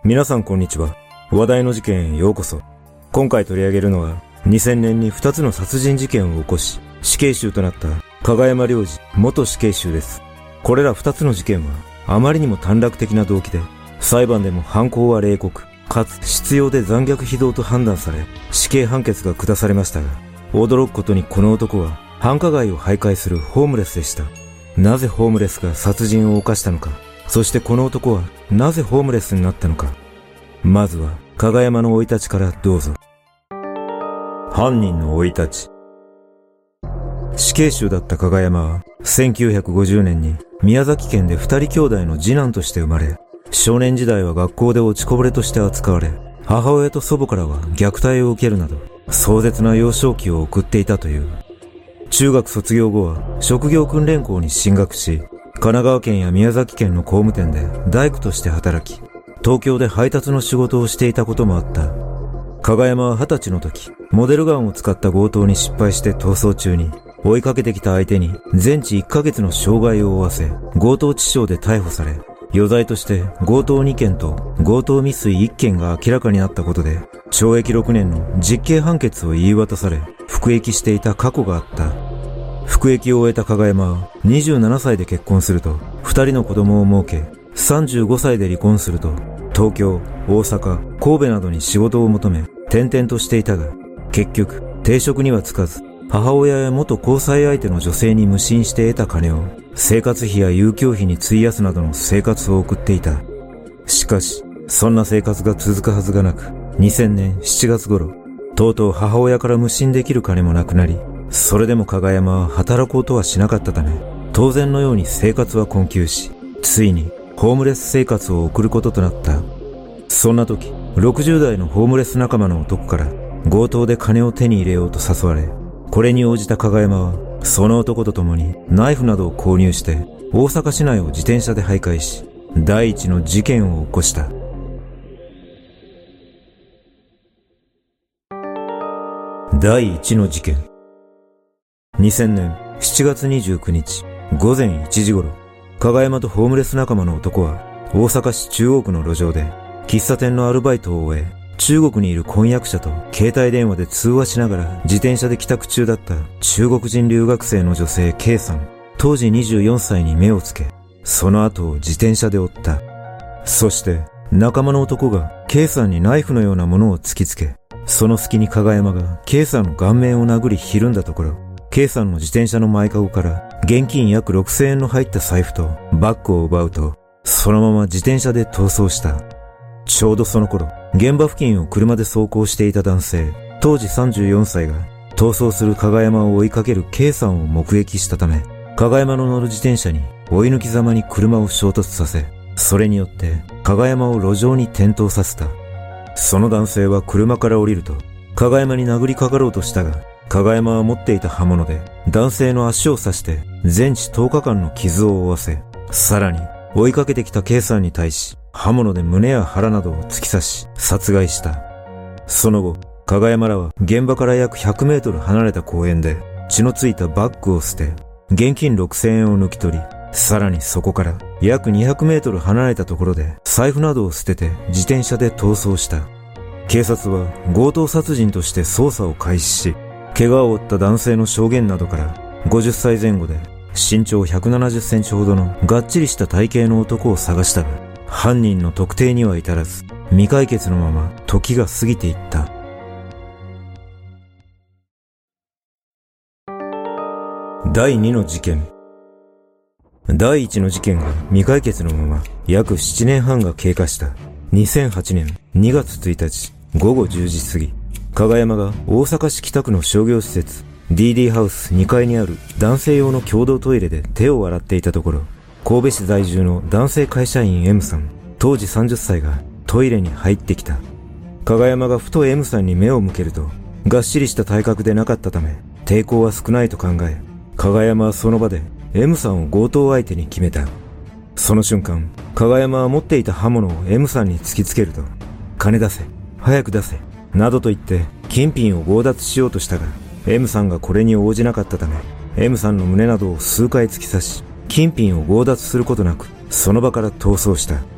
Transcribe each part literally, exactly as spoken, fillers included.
皆さんこんにちは。話題の事件へようこそ。今回取り上げるのは、にせんねんにふたつの殺人事件を起こし、死刑囚となった加賀山良二元死刑囚です。これらふたつの事件は、あまりにも短絡的な動機で、裁判でも犯行は冷酷、かつ執拗で残虐非道と判断され、死刑判決が下されましたが、驚くことにこの男は、繁華街を徘徊するホームレスでした。なぜホームレスが殺人を犯したのか、そしてこの男はなぜホームレスになったのか。まずは加賀山の生い立ちからどうぞ。犯人の生い立ち。死刑囚だった加賀山はせんきゅうひゃくごじゅうねんに宮崎県で二人兄弟の次男として生まれ、少年時代は学校で落ちこぼれとして扱われ、母親と祖母からは虐待を受けるなど壮絶な幼少期を送っていたという。中学卒業後は職業訓練校に進学し、神奈川県や宮崎県の工務店で大工として働き、東京で配達の仕事をしていたこともあった。加賀山は二十歳の時、モデルガンを使った強盗に失敗して逃走中に、追いかけてきた相手に全治いっかげつの傷害を負わせ、強盗致傷で逮捕され、余罪として強盗にけんと強盗未遂いっけんが明らかになったことで、懲役ろくねんの実刑判決を言い渡され、服役していた過去があった。服役を終えた加賀山はにじゅうななさいで結婚すると二人の子供を設け、さんじゅうごさいで離婚すると東京、大阪、神戸などに仕事を求め転々としていたが、結局定職にはつかず、母親や元交際相手の女性に無心して得た金を生活費や遊興費に費やすなどの生活を送っていた。しかしそんな生活が続くはずがなく、にせんねんしちがつ頃、とうとう母親から無心できる金もなくなり、それでも加賀山は働こうとはしなかったため、当然のように生活は困窮し、ついにホームレス生活を送ることとなった。そんな時、ろくじゅうだいのホームレス仲間の男から強盗で金を手に入れようと誘われ、これに応じた加賀山はその男と共にナイフなどを購入して大阪市内を自転車で徘徊し、第一の事件を起こした。第一の事件。にせんねんしちがつにじゅうくにちごぜんいちじ頃、加賀山とホームレス仲間の男は大阪市中央区の路上で喫茶店のアルバイトを終え、中国にいる婚約者と携帯電話で通話しながら自転車で帰宅中だった中国人留学生の女性 K さん、当時にじゅうよんさいに目をつけ、その後を自転車で追った。そして仲間の男が K さんにナイフのようなものを突きつけ、その隙に加賀山が K さんの顔面を殴りひるんだところ、K さんの自転車の前かごから現金約ろくせんえんの入った財布とバッグを奪うと、そのまま自転車で逃走した。ちょうどその頃、現場付近を車で走行していた男性、当時さんじゅうよんさいが逃走する加賀山を追いかける K さんを目撃したため、加賀山の乗る自転車に追い抜きざまに車を衝突させ、それによって加賀山を路上に転倒させた。その男性は車から降りると、加賀山に殴りかかろうとしたが、加賀山は持っていた刃物で男性の足を刺して全治とおかかんの傷を負わせ、さらに追いかけてきた K さんに対し刃物で胸や腹などを突き刺し殺害した。その後、加賀山らは現場から約ひゃくメートル離れた公園で血のついたバッグを捨て、現金ろくせんえんを抜き取り、さらにそこから約にひゃくメートル離れたところで財布などを捨てて自転車で逃走した。警察は強盗殺人として捜査を開始し、怪我を負った男性の証言などからごじゅっさいぜん後で身長ひゃくななじゅっセンチほどのがっちりした体型の男を探したが、犯人の特定には至らず未解決のまま時が過ぎていった。第二の事件。第一の事件が未解決のまま約ななねんはんが経過したにせんはちねんにがつついたちごごじゅうじ過ぎ、加賀山が大阪市北区の商業施設 ディーディー ハウスにかいにある男性用の共同トイレで手を洗っていたところ、神戸市在住の男性会社員 M さん、当時さんじゅっさいがトイレに入ってきた。加賀山がふと M さんに目を向けると、がっしりした体格でなかったため抵抗は少ないと考え、加賀山はその場で M さんを強盗相手に決めた。その瞬間、加賀山は持っていた刃物を M さんに突きつけると、金出せ、早く出せなどと言って金品を強奪しようとしたが、 M さんがこれに応じなかったため M さんの胸などを数回突き刺し、金品を強奪することなくその場から逃走した。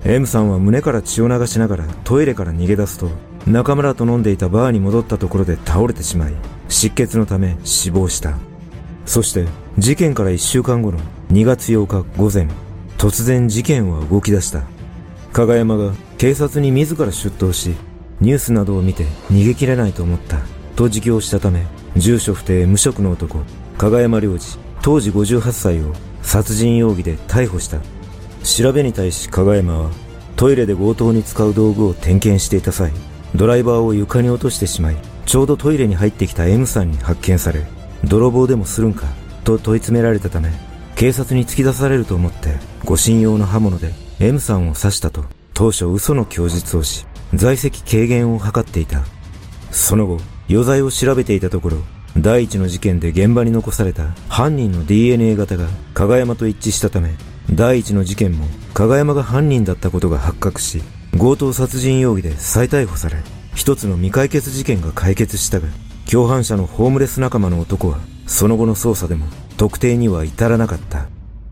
M さんは胸から血を流しながらトイレから逃げ出すと、中村と飲んでいたバーに戻ったところで倒れてしまい、失血のため死亡した。そして事件からいっしゅうかんごのにがつようか午前、突然事件は動き出した。加賀山が警察に自ら出頭し、ニュースなどを見て逃げ切れないと思ったと自供したため、住所不定無職の男加賀山良二当時ごじゅうはっさいを殺人容疑で逮捕した。調べに対し加賀山は、トイレで強盗に使う道具を点検していた際、ドライバーを床に落としてしまい、ちょうどトイレに入ってきた M さんに発見され、泥棒でもするんかと問い詰められたため、警察に突き出されると思って護身用の刃物で M さんを刺したと当初嘘の供述をし、在籍軽減を図っていた。その後余罪を調べていたところ、第一の事件で現場に残された犯人の ディーエヌエー 型が加賀山と一致したため、第一の事件も加賀山が犯人だったことが発覚し、強盗殺人容疑で再逮捕され、一つの未解決事件が解決したが、共犯者のホームレス仲間の男はその後の捜査でも特定には至らなかった。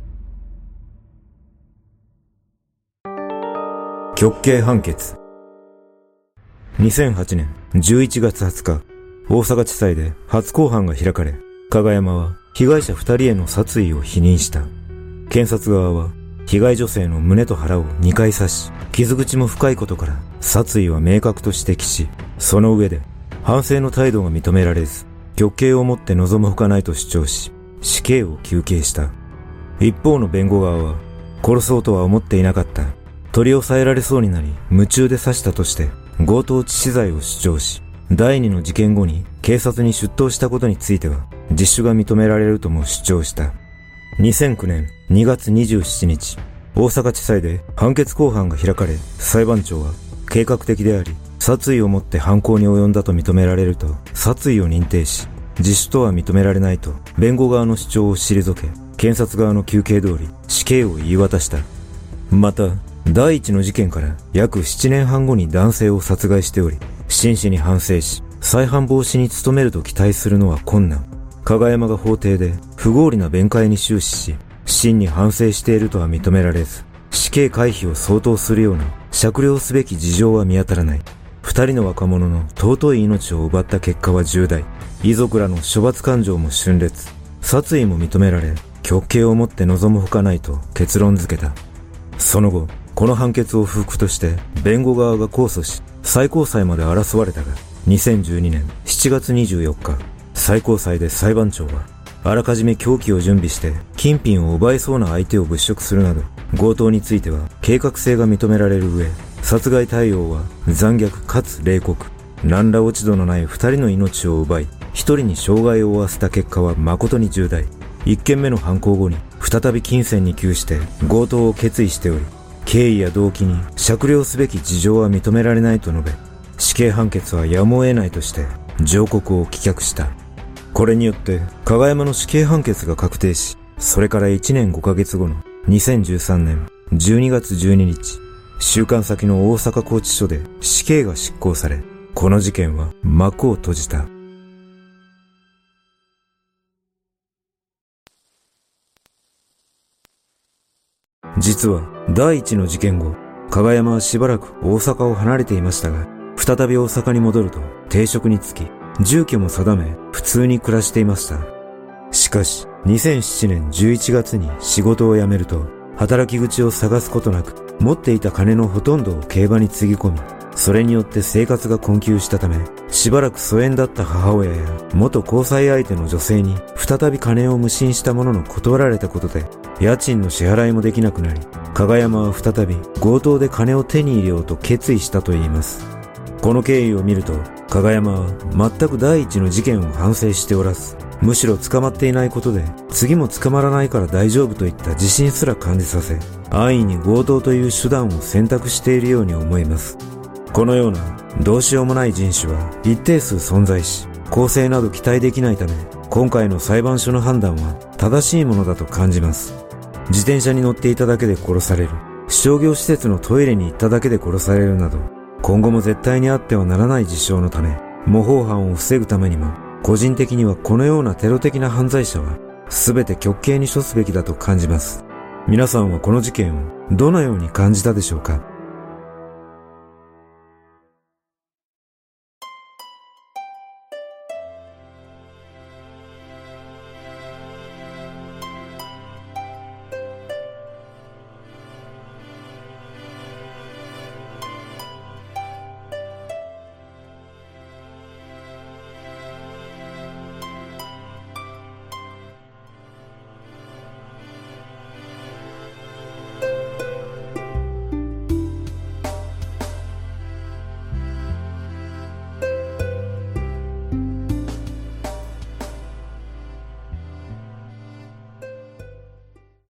極刑判決。にせんはちねんじゅういちがつはつか、大阪地裁で初公判が開かれ、加賀山は被害者二人への殺意を否認した。検察側は、被害女性の胸と腹をにかい刺し、傷口も深いことから殺意は明確と指摘し、その上で反省の態度が認められず、極刑をもって望むほかないと主張し、死刑を求刑した。一方の弁護側は、殺そうとは思っていなかった。取り押さえられそうになり、夢中で刺したとして、強盗致死罪を主張し、第二の事件後に警察に出頭したことについては、自首が認められるとも主張した。にせんきゅうねんにがつにじゅうしちにち、大阪地裁で判決公判が開かれ、裁判長は計画的であり、殺意をもって犯行に及んだと認められると殺意を認定し、自首とは認められないと弁護側の主張を退け、検察側の求刑通り死刑を言い渡した。また、第一の事件から約ななねんはんごに男性を殺害しており、真摯に反省し、再犯防止に努めると期待するのは困難。加賀山が法廷で不合理な弁解に終始し、真に反省しているとは認められず、死刑回避を相当するような酌量すべき事情は見当たらない。二人の若者の尊い命を奪った結果は重大。遺族らの処罰感情も峻烈。殺意も認められ、極刑をもって望むほかないと結論付けた。その後、この判決を不服として弁護側が控訴し、最高裁まで争われたが、にせんじゅうにねんしちがつにじゅうよっか、最高裁で裁判長は、あらかじめ凶器を準備して金品を奪いそうな相手を物色するなど、強盗については計画性が認められる上、殺害対応は残虐かつ冷酷、何ら落ち度のない二人の命を奪い、一人に傷害を負わせた結果は誠に重大。一件目の犯行後に再び金銭に窮して強盗を決意しており、経緯や動機に酌量すべき事情は認められないと述べ、死刑判決はやむを得ないとして上告を棄却した。これによって加賀山の死刑判決が確定し、それからいちねんごかげつごのにせんじゅうさんねんじゅうにがつじゅうににち、収監先の大阪拘置所で死刑が執行され、この事件は幕を閉じた。実は第一の事件後、加賀山はしばらく大阪を離れていましたが、再び大阪に戻ると定職に就き、住居も定め普通に暮らしていました。しかしにせんななねんじゅういちがつに仕事を辞めると、働き口を探すことなく、持っていた金のほとんどを競馬につぎ込み、それによって生活が困窮したため、しばらく疎遠だった母親や元交際相手の女性に再び金を無心したものの断られたことで、家賃の支払いもできなくなり、加賀山は再び強盗で金を手に入れようと決意したといいます。この経緯を見ると、加賀山は全く第一の事件を反省しておらず、むしろ捕まっていないことで、次も捕まらないから大丈夫といった自信すら感じさせ、安易に強盗という手段を選択しているように思います。このようなどうしようもない人種は一定数存在し、公正など期待できないため、今回の裁判所の判断は正しいものだと感じます。自転車に乗っていただけで殺される、商業施設のトイレに行っただけで殺されるなど、今後も絶対にあってはならない事象のため、模倣犯を防ぐためにも、個人的にはこのようなテロ的な犯罪者は全て極刑に処すべきだと感じます。皆さんはこの事件をどのように感じたでしょうか。